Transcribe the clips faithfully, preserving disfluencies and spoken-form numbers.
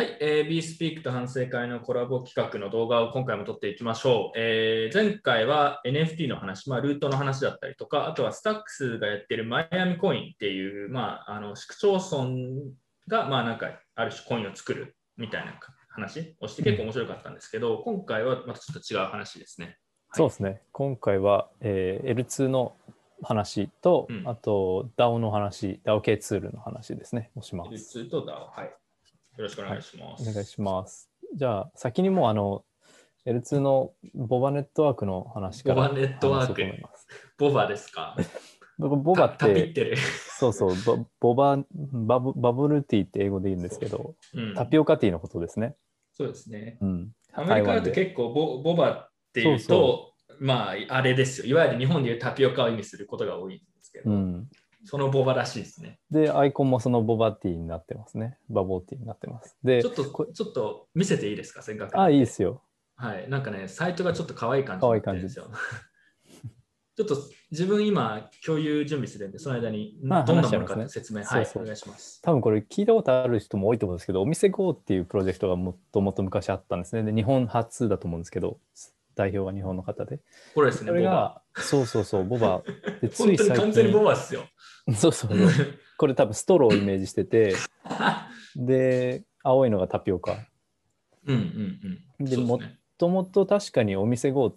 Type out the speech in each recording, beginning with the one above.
はい、えー、BeSpeak と反省会のコラボ企画の動画を今回も撮っていきましょう。えー、前回は エヌエフティー の話、まあ、ルートの話だったりとか、あとは Stacks がやってるマイアミコインっていう、まあ、あの市区町村が、まあ、なんかある種コインを作るみたいな話をして結構面白かったんですけど、うん、今回はまたちょっと違う話ですね。 はい、そうですね。今回は、えー、エルツー の話と、うん、あと ダオ の話、ダオ 系ツールの話ですね、をします。 エルツー と ダオ、はい。よろしくお願いします。 はい、お願いします。じゃあ、先にもうあの、エルツー のボバネットワークの話から話そうと思います。 ボバですか？ ボバって、 タピってるそうそう、ボババブ、バブルティーって英語で言うんですけど、うん、タピオカティーのことですね。 そうですね。 うん、 アメリカだと結構ボボバっていうと、そうそうまあ、あれですよ。いわゆる日本でいうタピオカを意味することが多いんですけど、うん、そのボバらしいですね。 で、アイコンもそのボバティーになってますね。バボティーになってます。で、 ちょっと、ちょっと見せていいですか、せっかく。 あ、いいですよ。 はい。なんかね、サイトがちょっと可愛い感じになってるんですよ。ちょっと自分今共有準備するんで、その間にどんなものかって説明、はい、お願いします。 多分これ聞いたことある人も多いと思うんですけど、お店 ゴー っていうプロジェクトがもともと昔あったんですね。で、日本初だと思うんですけど、代表は日本の方で。 これですね、 それが、そうそうそう、ボバ。 で、つい最近本当に完全にボバですよ。 そうそうそう。これ多分ストローをイメージしてて、で、青いのがタピオカ。 うんうんうん。 で、もともと確かにお店 ゴー って、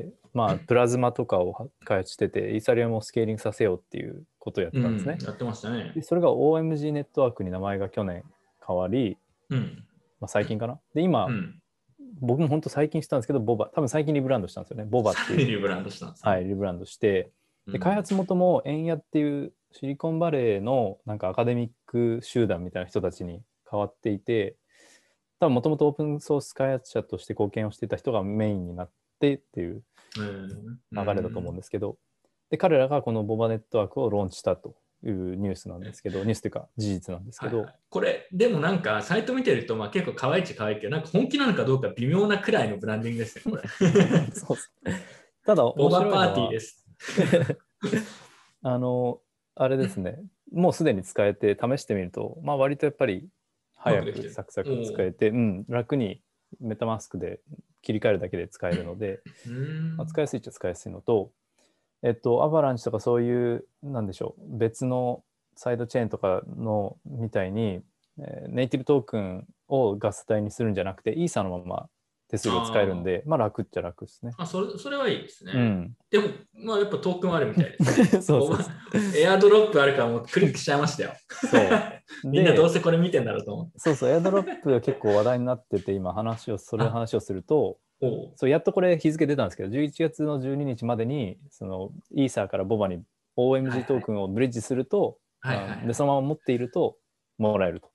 まあ、プラズマとかを開発してて、イーサリアムをスケーリングさせようっていうことをやってたんですね。 うん、やってましたね。 で、それが オーエムジー ネットワークに名前が去年変わり、 うんまあ、最近かな。で、今、うん、僕も本当最近したんですけど、ボバ、多分最近リブランドしたんですよね。ボバっていう。 リブランドしたんですね。 はい、リブランドして、で、開発元もエンヤっていうシリコンバレーのなんかアカデミック集団みたいな人たちに変わっていて、多分もともとオープンソース開発者として貢献をしていた人がメインになってっていう流れだと思うんですけど、で彼らがこのボバネットワークをローンチしたというニュースなんですけど、ニュースというか事実なんですけど、はいはい、 これでもなんかサイト見てるとまあ結構可愛いっちゃ可愛いけど、なんか本気なのかどうか微妙なくらいのブランディングですね、これ。 そうただ面白いのはボバパーティーです。 あのあれですね、もうすでに使えて試してみると、まあ割とやっぱり早くサクサク使えて、うん、楽にメタマスクで切り替えるだけで使えるので、まあ、使いやすいっちゃ使いやすいのと、えっと、アバランチとかそういう、なんでしょう、別のサイドチェーンとかのみたいに、えー、ネイティブトークンをガス代にするんじゃなくて、イーサのまま手数料使えるんで、あまあ楽っちゃ楽ですね。 あ、それ、それはいいですね。うん、でも、まあやっぱトークンあるみたいですね。 そうそうそう。 エアドロップあるからもうクリックしちゃいましたよ。そう。みんなどうせこれ見てんだろうと思って。 そうそう、エアドロップが結構話題になってて、今話を、それの話をすると、そうやっとこれ日付出たんですけど、じゅういちがつのじゅうににちまでにそのイーサーからボバに オーエムジー トークンをブリッジすると、はいはい、でそのまま持っているともらえると。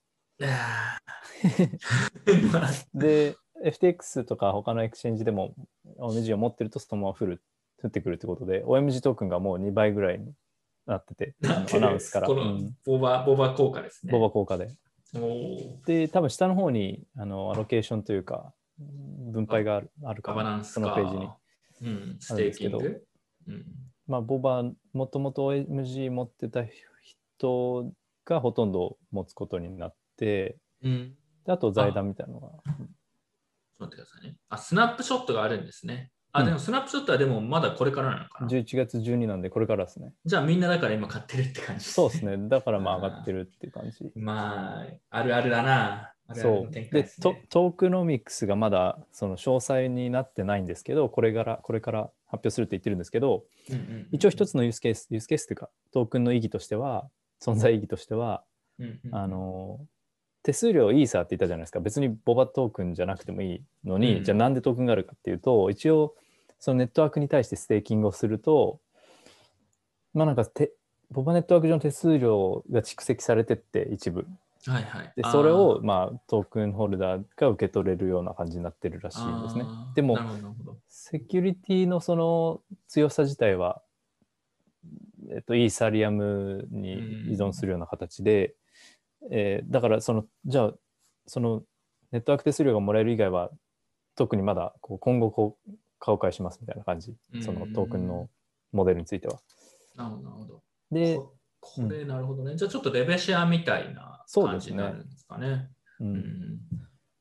で エフティーエックス とか他のエクチェンジでも オーエムジー を持ってるとそのまま降る降ってくるってことで オーエムジー トークンがもうにばいぐらいになってて、 なってアナウンスから。このボバ、ボバ効果ですね。 ボバ効果で。で、多分下の方にあのアロケーションというか分配があるあるかな、そのページに、 うん、ステーキング、うん、 まあボバもともと オーエムジー 持ってた人がほとんど持つことになって、うん、であと財団みたいなのが、 ちょっと待ってくださいね。あ、スナップショットがあるんですね。あ、でもスナップショットはでもまだこれからなのかな。 じゅういちがつじゅうになんでこれからですね。 じゃあみんなだから今買ってるって感じですね。 そうですね。だからまあ上がってるっていう感じ。 まあ、あるあるだな。あるあるの展開ですね。 で、トークノミクスがまだその詳細になってないんですけど、これからこれから発表するって言ってるんですけど、うんうんうんうん、一応一つのユースケース、ユースケースというかトークンの意義としては、存在意義としては、うんうんうん、あの手数料イーサーって言ったじゃないですか。別にボバトークンじゃなくてもいいのに、うん、じゃあなんでトークンがあるかっていうと、一応そのネットワークに対してステーキングをすると、まあなんかてボバネットワーク上の手数料が蓄積されてって一部。 はいはい、 でそれをまあトークンホルダーが受け取れるような感じになってるらしいんですね。でもセキュリティのその強さ自体は、えっと、イーサリアムに依存するような形で、えー、だからそのじゃあそのネットワーク手数料がもらえる以外は特にまだこう今後こう顔変えしますみたいな感じ、そのトークンのモデルについては。 なるほどなるほど。 でこれなるほどね。うん、じゃあちょっとレベシアみたいな感じになるんですかね。 うん、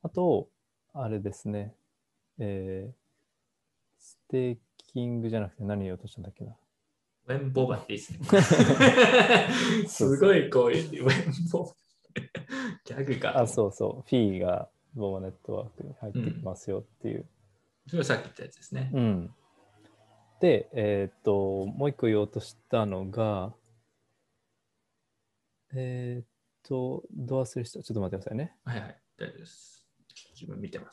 あと、あれですね、えー、ステーキングじゃなくて何言おうとしたんだっけな。 ウェンボバっていいですね。すごいこういう、ウェンボバ。ギャグか。 あ、そうそう。フィーがボバネットワークに入ってきますよっていう。うん、 それがさっき言ったやつですね。 うん。で、えっ、ー、と、もう一個言おうとしたのが、えっ、ー、と、ど忘れした。ちょっと待ってくださいね。 はいはい、大丈夫です。自分見てます。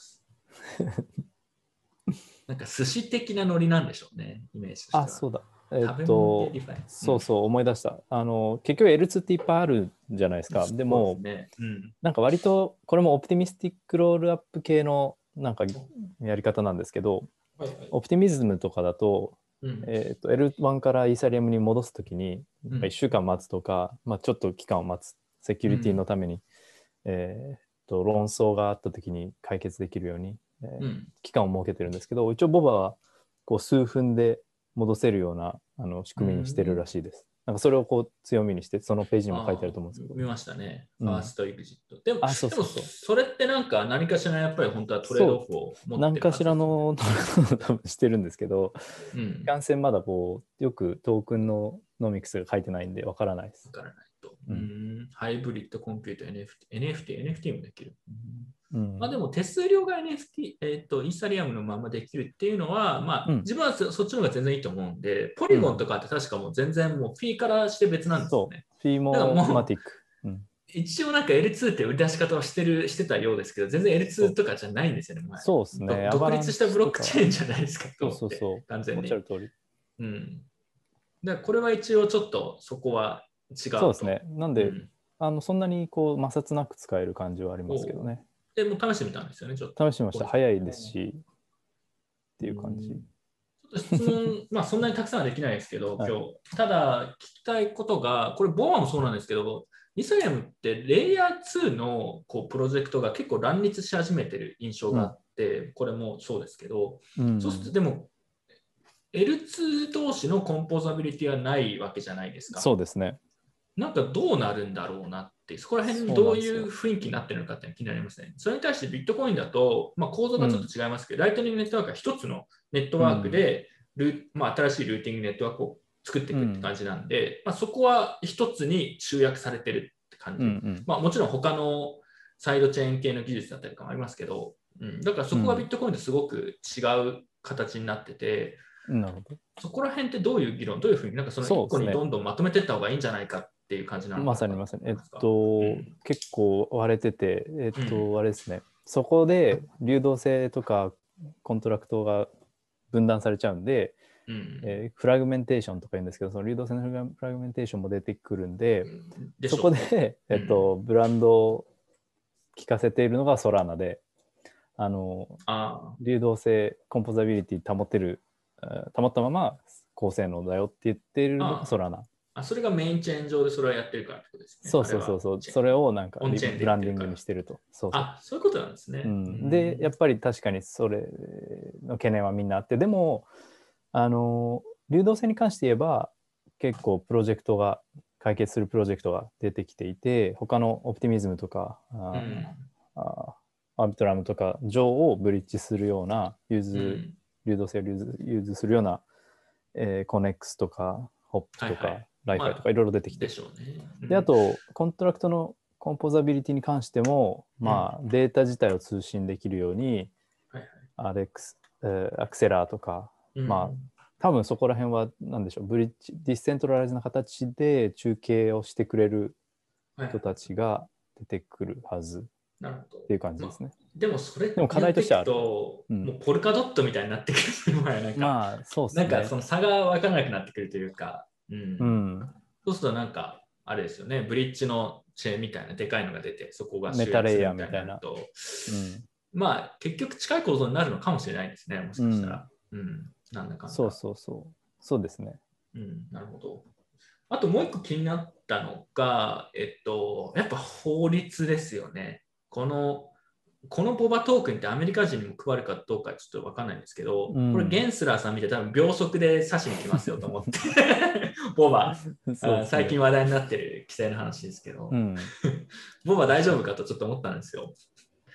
なんか寿司的なノリなんでしょうね、イメージとしては。 あ、そうだ。えっと、 うん、 そうそう思い出した。あの結局 エルツー っていっぱいあるじゃないですか。でも、 ね、うん、 なんか割とこれもオプティミスティックロールアップ系のなんかやり方なんですけど、はいはい、オプティミズムとかだと、うん、えー、と エルワン からイーサリアムに戻すときに、うん、いっしゅうかん待つとか、まあ、ちょっと期間を待つ、セキュリティのために、うん、えー、と論争があったときに解決できるように、えーうん、期間を設けてるんですけど、一応ボバはこう数分で戻せるようなあの仕組みにしてるらしいです。なんかそれをこう強みにして、そのページにも書いてあると思うんですけど。 見ましたね。ファーストエグジット。でも、 あ、そうそうそう。 でもそれってなんか何かしらやっぱり本当はトレードオフを持ってる、 何かしらのトレードオフを多分してるんですけど、うん、いかんせんまだこう、よくトークンのノミクスが書いてないんでわからないです。 わからないと。うん、ハイブリッドコンピュータ エヌエフティー、エヌエフティー、エヌエフティー もできる。うん、まあでも手数料が エヌエフティー、えっと、イーサリアムのままできるっていうのは、まあ、うん、自分は そ, そっちの方が全然いいと思うんで、ポリゴンとかって確かもう全然もうフィーからして別なんですよね。 フィーもマティック。うん、 一応なんか エルツー って売り出し方をしてるしてたようですけど、全然 エルツー とかじゃないんですよね。 そうですね。 独立したブロックチェーンじゃないですか。 そうそうそう。 完全に。 おっしゃる通り。 うん。だからこれは一応ちょっとそこは違うと。 そうですね。なんで、うん、あのそんなにこう摩擦なく使える感じはありますけどね。 でも試してみたんですよね、ちょっと。 試してみました。早いですし、っていう感じ。ちょっと質問、まあそんなにたくさんはできないですけど、今日。はい、ただ聞きたいことが、これ、ボアもそうなんですけど、イーサリアムってレイヤーツーのこうプロジェクトが結構乱立し始めてる印象があって、うん、これもそうですけど、うん、そうするとでも エルツー 同士のコンポーザビリティはないわけじゃないですか。 そうですね。 なんかどうなるんだろうなって、そこら辺どういう雰囲気になってるのかって気になりますね。それに対してビットコインだと、まあ、構造がちょっと違いますけど、うん、ライトニングネットワークは一つのネットワークでル、うんまあ、新しいルーティングネットワークを作っていくって感じなんで、うんまあ、そこは一つに集約されてるって感じ。うんうんまあ、もちろん他のサイドチェーン系の技術だったりとかもありますけど、うん、だからそこがビットコインとすごく違う形になってて、 うん、なるほど。 そこら辺ってどういう議論、どういうふうになんかその一個にどんどんまとめていった方がいいんじゃないかっていう感じなのかな。 まさにまさに。えっと、うん、結構割れてて、えっと、うん、あれですね。そこで流動性とかコントラクトが分断されちゃうんで、うんえー、フラグメンテーションとか言うんですけど、その流動性のフラグメンテーションも出てくるんで、うん、そこで、えっと、ブランドを効かせているのがソラーナで、あのあ流動性、コンポザビリティ保ってる、保ったまま高性能だよって言っているのがソラーナ。 あ、それがメインチェーン上でそれをやってるからってことですね。 そうそうそうそう。それをなんかブランディングにしてると。そうそう。 あ、そういうことなんですね。 うん、で、やっぱり確かにそれの懸念はみんなあって、でも、あの、流動性に関して言えば、結構プロジェクトが、解決するプロジェクトが出てきていて、他のオプティミズムとか、あうんあアービトラムとか上をブリッジするような、融通、うん、流動性を融通するような、えー、コネックスとか、ホップとか、はいはいライファイとかいろいろ出てきて、まあでしょうねうん、であとコントラクトのコンポザビリティに関しても、まあ、うん、データ自体を通信できるように、はいはい、アレックス、えー、アクセラーとか、うん、まあ多分そこら辺は何でしょうブリッジディセントラライズな形で中継をしてくれる人たちが出てくるはずっていう感じですね。 まあ、でもそれでも課題としてはあると、うん、もうポルカドットみたいになってくるのはなんか、 まあそうっすね、 なんかその差が分からなくなってくるというか。うんうん、そうするとなんかあれですよねブリッジのチェーンみたいなでかいのが出てそこがメタレイヤーみたいなと、 うん、まあ結局近い構造になるのかもしれないですねもしかしたら、うん、うん、なんだかんだそうそうそうそうですね、 うん、なるほど。あともう一個気になったのがえっとやっぱ法律ですよね。このこのボバトークンってアメリカ人にも配るかどうかちょっと分かんないんですけど、うん、これゲンスラーさん見て多分秒速で刺しに来ますよと思ってボバ、ね、最近話題になってる規制の話ですけど、うん、ボバ大丈夫かとちょっと思ったんですよ。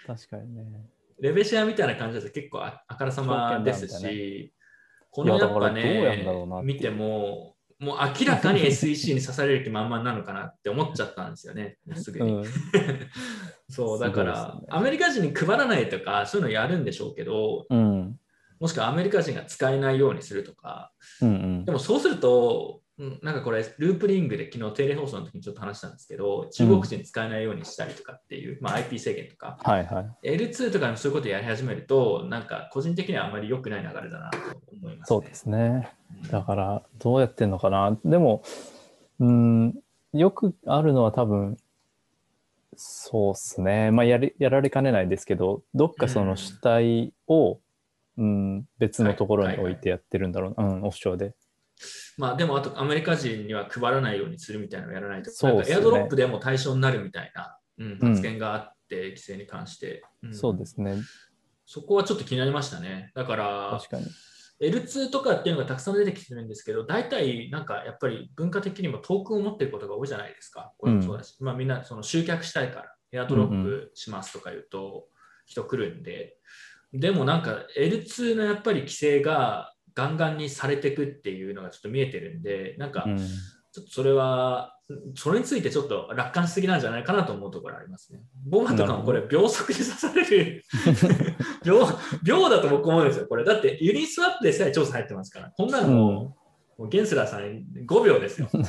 確かにね。 レベシアみたいな感じだと結構ああからさまですし、このやっぱね、見ても、もう明らかに エスイーシー に刺される気満々なのかなって思っちゃったんですよね、もうすぐに。うん、そう、だから、ね、アメリカ人に配らないとか、そういうのやるんでしょうけど、 うん、 もしくはアメリカ人が使えないようにするとか、 うんうん、 でもそうすると、なんかこれ、ループリングで昨日定例放送の時にちょっと話したんですけど、中国人使えないようにしたりとかっていう、まあ、アイピー 制限とか、 はいはい、 エルツー とかもそういうことをやり始めると、なんか個人的にはあまり良くない流れだなと思いますね。 そうですね。だから、どうやってんのかな。でも、うん、よくあるのは多分、そうですね。まあやり、やられかねないですけど、どっかその主体を、うん、別のところに置いてやってるんだろうな、はいはいはい、うん、オフショアで。 まあでもあとアメリカ人には配らないようにするみたいなのをやらないと、そうですね、なんかエアドロップでも対象になるみたいな、うん、発言があって、規制に関して、 うん、そうですね。 そこはちょっと気になりましたね。だから、 確かにエルツー とかっていうのがたくさん出てきてるんですけど、大体なんかやっぱり文化的にもトークンを持ってることが多いじゃないですか。これもそうだし、うん、まあみんなその集客したいからエアドロップしますとか言うと人来るんで、うんうん、でもなんか エルツー のやっぱり規制がガンガンにされていくっていうのがちょっと見えてるんで、なんかちょっとそれは、それについてちょっと楽観しすぎなんじゃないかなと思うところありますね。ボバとかもこれ秒速で刺される秒、秒だと僕思うんですよ。これだってユニスワップでさえ調査入ってますから、こんなのもう、うん、もうゲンスラーさんごびょうですよ。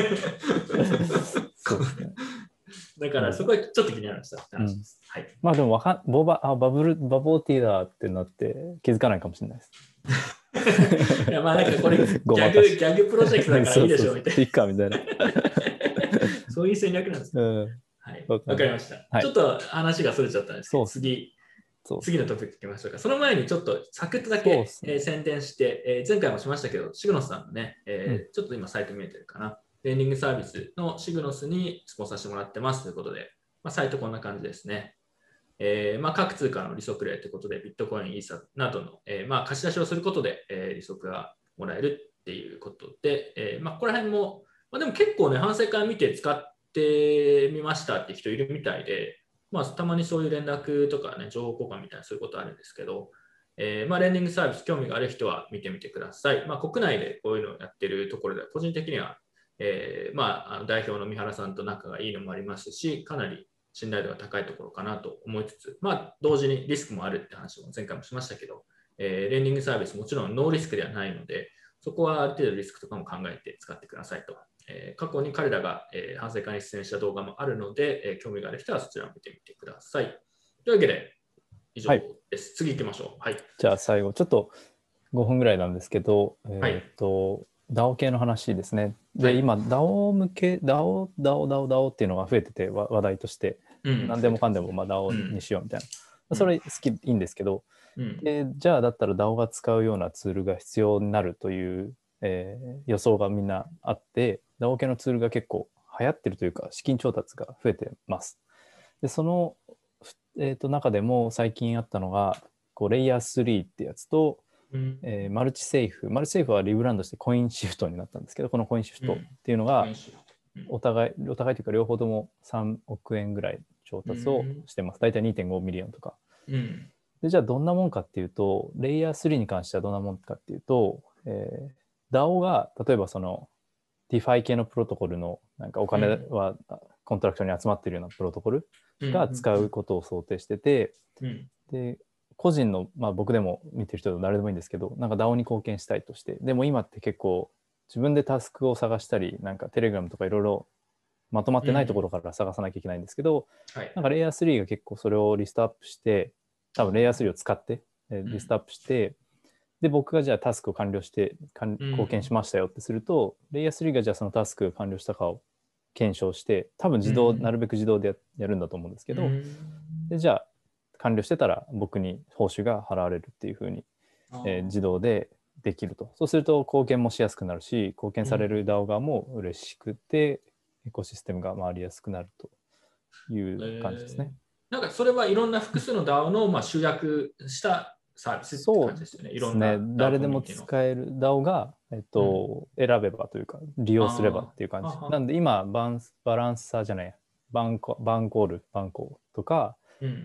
そうですね。だからそこはちょっと気になりましたって話です。うん、はい。 まあでもわかボバあバブルバボーティーだってなって気づかないかもしれないです。 いやまあなんかこれギャグギャグプロジェクトだからいいでしょみたいな。 いいかみたいな。 そういう戦略なんですね。うん、はい。わかりました、はい。ちょっと話がそれちゃったんですけど、次、次のトピックいきましょうか。その前にちょっとサクッとだけ、ねえー、宣伝して、えー、前回もしましたけど、シグノスさんのね、えーうん、ちょっと今サイト見えてるかな。レーニングサービスのシグノスにスポンサーしてもらってますということで、まあ、サイトこんな感じですね。えーまあ、各通貨の利息例ということで、ビットコイン、イーサなどの、えーまあ、貸し出しをすることで、えー、利息がもらえるっていうことで、えーまあ、ここら辺も、まあ、でも結構ね、反省会見て使ってみましたって人いるみたいで、まあ、たまにそういう連絡とかね、情報交換みたいなそういうことあるんですけど、えーまあ、レンディングサービス興味がある人は見てみてください。まあ、国内でこういうのをやってるところでは、個人的には、えーまあ、あの代表の三原さんと仲がいいのもありますし、かなり信頼度が高いところかなと思いつつ、まあ、同時にリスクもあるって話も前回もしましたけど、えー、レンディングサービスもちろんノーリスクではないので、そこはある程度リスクとかも考えて使ってくださいと。えー、過去に彼らが、えー、反省会に出演した動画もあるので、えー、興味がある人はそちらを見てみてください。というわけで、以上です。はい、次行きましょう。はい。 じゃあ最後、ちょっとごふんぐらいなんですけど、えっと、はい、ダオ 系の話ですね。で、はい、今、ダオ 向け、ダオ、ダオ、ダオ、ダオっていうのが増えてて、話題として、うん、何でもかんでもまあ ダオ にしようみたいな。うん、それ好き、いいんですけど、うん、でじゃあだったら ダオ が使うようなツールが必要になるという、えー、予想がみんなあって、ダオ 系のツールが結構流行ってるというか、資金調達が増えてます。で、その、えー、と中でも最近あったのが、こうレイヤースリーってやつと、うんえー、マルチセーフ。マルチセーフはリブランドしてコインシフトになったんですけど、このコインシフトっていうのが、お互い、お互いというか両方ともさんおくえんぐらい調達をしてます。大体 にてんごミリオンとか。うんでじゃあどんなもんかっていうと、レイヤースリーに関してはどんなもんかっていうと、えー、ダオ が例えばその DeFi 系のプロトコルのなんかお金はコントラクションに集まっているようなプロトコルが使うことを想定してて、うんうん、で個人の、まあ、僕でも見てる人で誰でもいいんですけど、なんか ダオ に貢献したいとして、でも今って結構自分でタスクを探したり、なんか Telegram とかいろいろまとまってないところから探さなきゃいけないんですけど、うんはい、なんかレイヤースリーが結構それをリストアップして、多分レイヤースリーを使ってリストアップして、うん、で僕がじゃあタスクを完了して貢献しましたよってすると、うん、レイヤースリーがじゃあそのタスクが完了したかを検証して、多分自動、うん、なるべく自動で や, やるんだと思うんですけど、うん、でじゃあ完了してたら僕に報酬が払われるっていう風に、えー、自動でできると。そうすると貢献もしやすくなるし、貢献される ダオ 側も嬉しくて、エコシステムが回りやすくなるという感じですね。 えーなんかそれはいろんな複数の ダオ のまあ集約したサービスって感じですよね。いろんな ダオ誰でも使える ダオ が、えっとうん、選べばというか利用すればっていう感じ。なんで今バンバランサーじゃないバンコバンコールバンコーとか、うん、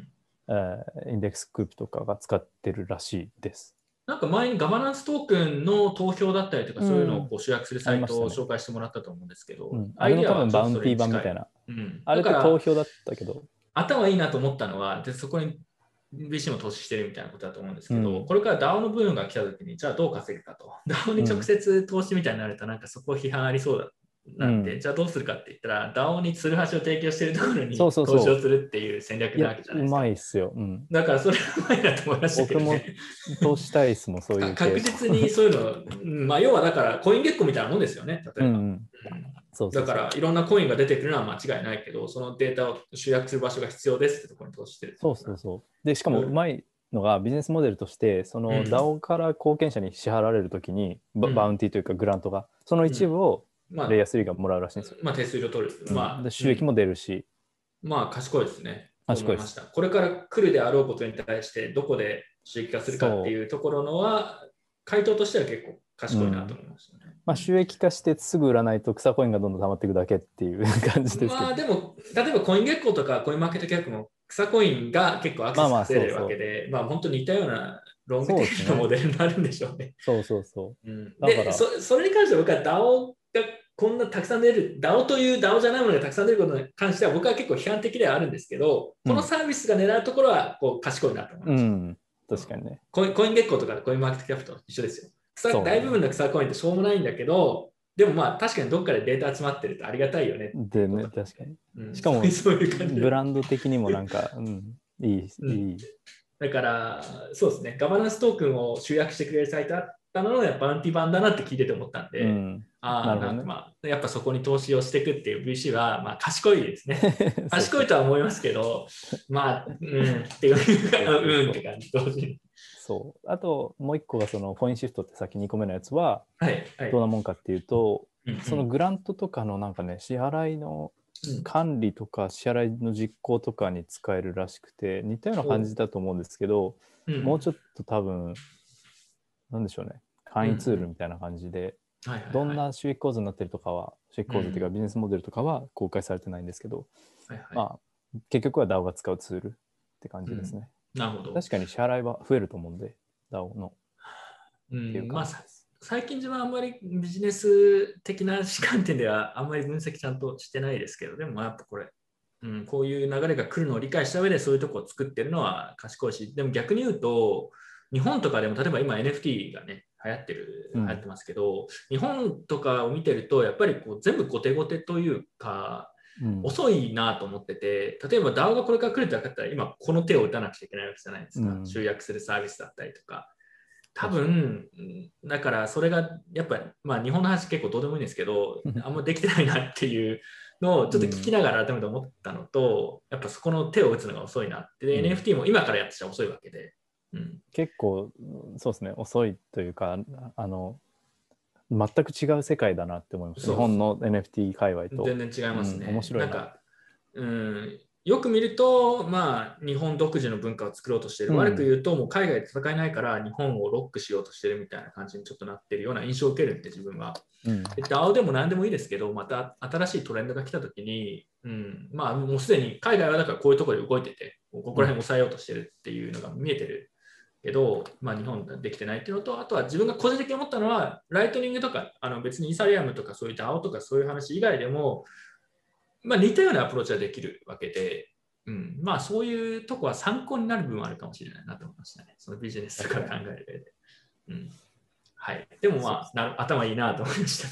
えー、インデックスグループとかが使ってるらしいです。 なんか前にガバナンストークンの投票だったりとか、そういうのをこう集約するサイトを紹介してもらったと思うんですけど、 うん、あれの多分バウンティー版みたいな。 うん、 あれって投票だったけど。 頭いいなと思ったのは、でそこに ブイシー も投資してるみたいなことだと思うんですけど、うん、これから ダオ のブームが来たときに、じゃあどう稼ぐかと。ダオ に直接投資みたいになると、なんかそこ批判ありそうだなんで、うん、じゃあどうするかって言ったら、ダオ にツルハシを提供しているところに投資をするっていう戦略なわけじゃないですか。 うまいっすよ。うん、 だからそれはうまいなと思いましたけどね。 僕も投資したいっすもん、そういう確実にそういうの、まあ、要はだからコインゲッコみたいなもんですよね、例えば。うんうんそうそうそうだからいろんなコインが出てくるのは間違いないけど、そのデータを集約する場所が必要ですってところに投資してる。 そうそうそう。で、しかもうまいのがビジネスモデルとして、その ダオ から貢献者に支払われるときに、うん、バウンティーというかグラントが、その一部をレイヤースリーがもらうらしいんですよ。 まあ、まあ、手数料取る。まあ、 で収益も出るし。 うん、まあ、賢いですね。 賢いです。 これから来るであろうことに対して、どこで収益化するかっていうところのは、回答としては結構賢いなと思いましたね。うんまあ、収益化してすぐ売らないと草コインがどんどん溜まっていくだけっていう感じですけど。 まあでも、例えばコインゲッコーとかコインマーケットキャップも草コインが結構アクセスさせれるわけで、まあ本当に似たようなロングテールのモデルになるんでしょうね。 そうそうそう。 うん、でそ、それに関しては僕は ダオ がこんなたくさん出る、ダオ という ダオ じゃないものがたくさん出ることに関しては僕は結構批判的ではあるんですけど、このサービスが狙うところはこう賢いなと思います。 うん、確かにね。 コイン、コインゲッコーとかコインマーケットキャップと一緒ですよ。草大部分の草コインってしょうもないんだけど、でもまあ確かにどっかでデータ集まってるとありがたいよね。 でね、確かに。うん、しかもブランド的にもなんか、うん、いい、うん、いい。 だからそうですね、ガバナンストークンを集約してくれるサイトあったので、バウンティ版だなって聞いてて思ったんで、うん、ああ、ね、まあ、やっぱそこに投資をしていくっていう ブイシー はまあ賢いですね。賢いとは思いますけど、まあ、うんっていううんって感じ同時に。 そう。あともう一個がそのコインシフトってさっきにこめのやつはどんなもんかっていうと、はいはい、そのグラントとかのなんかね支払いの管理とか支払いの実行とかに使えるらしくて似たような感じだと思うんですけど、うん、もうちょっと多分なんでしょうね簡易ツールみたいな感じで、どんな収益構造になってるとかは収益構造っていうかビジネスモデルとかは公開されてないんですけど、はいはい、まあ結局は ダオ が使うツールって感じですね。 うん、なるほど。 確かに支払いは増えると思うんで ダオ の、 うん、っていう感じです。まあ最近自分はあんまりビジネス的な観点ではあんまり分析ちゃんとしてないですけど、でもやっぱこれ、うん、こういう流れが来るのを理解した上でそういうところを作ってるのは賢いし、でも逆に言うと、日本とかでも例えば今 エヌエフティー がね、流行ってる、流行ってますけど、うん、日本とかを見てると、やっぱりこう全部後手後手というか、うん、遅いなと思ってて、例えば ダオ がこれから来るって分かったら、今この手を打たなくちゃいけないわけじゃないですか。うん、集約するサービスだったりとか。多分、だからそれがやっぱり、まあ日本の話結構どうでもいいんですけど、あんまできてないなっていうのをちょっと聞きながら改めて思ったのと、やっぱそこの手を打つのが遅いなって、で、うん、エヌエフティー も今からやってちゃ遅いわけで。うん、 結構、そうですね、遅いというか、あの、全く違う世界だなって思います。日本の エヌエフティー 界隈と。 全然違いますね。 うん、面白いな。 なんか、うんよく見ると、まあ、日本独自の文化を作ろうとしている、うん、悪く言うと、もう海外で戦えないから日本をロックしようとしているみたいな感じにちょっとなっているような印象を受けるんで、自分は。うん、ダオ でも何でもいいですけど、また新しいトレンドが来たときに、うん、まあ、もうすでに海外はだからこういうところで動いてて、ここら辺を抑えようとしてるっていうのが見えてるけど、まあ、日本でできてないっていうのと、あとは自分が個人的に思ったのは、ライトニングとか、あの別にイーサリアムとかそういう ダオ とかそういう話以外でも、まあ、似たようなアプローチはできるわけで、うん、まあそういうとこは参考になる部分はあるかもしれないなと思いましたね。そのビジネスとか考える上で。うん、はい。でもまあな頭いいなと思いました。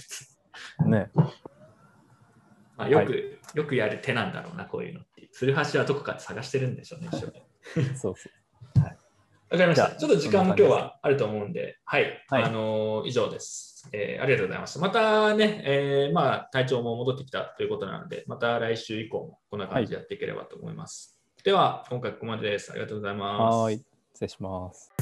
ね。まあよく、はい、よくやる手なんだろうな、こういうのっていう。ツルハシはどこかで探してるんでしょうね、一緒に。 そうそう。はい。 わかりました。ちょっと時間も今日はあると思うんで、はい。はい、あのー、以上です。えー、ありがとうございました。またね、えー、まあ体調も戻ってきたということなので、また来週以降もこんな感じでやっていければと思います。はい、では、今回ここまでです。ありがとうございます。 はい。失礼します。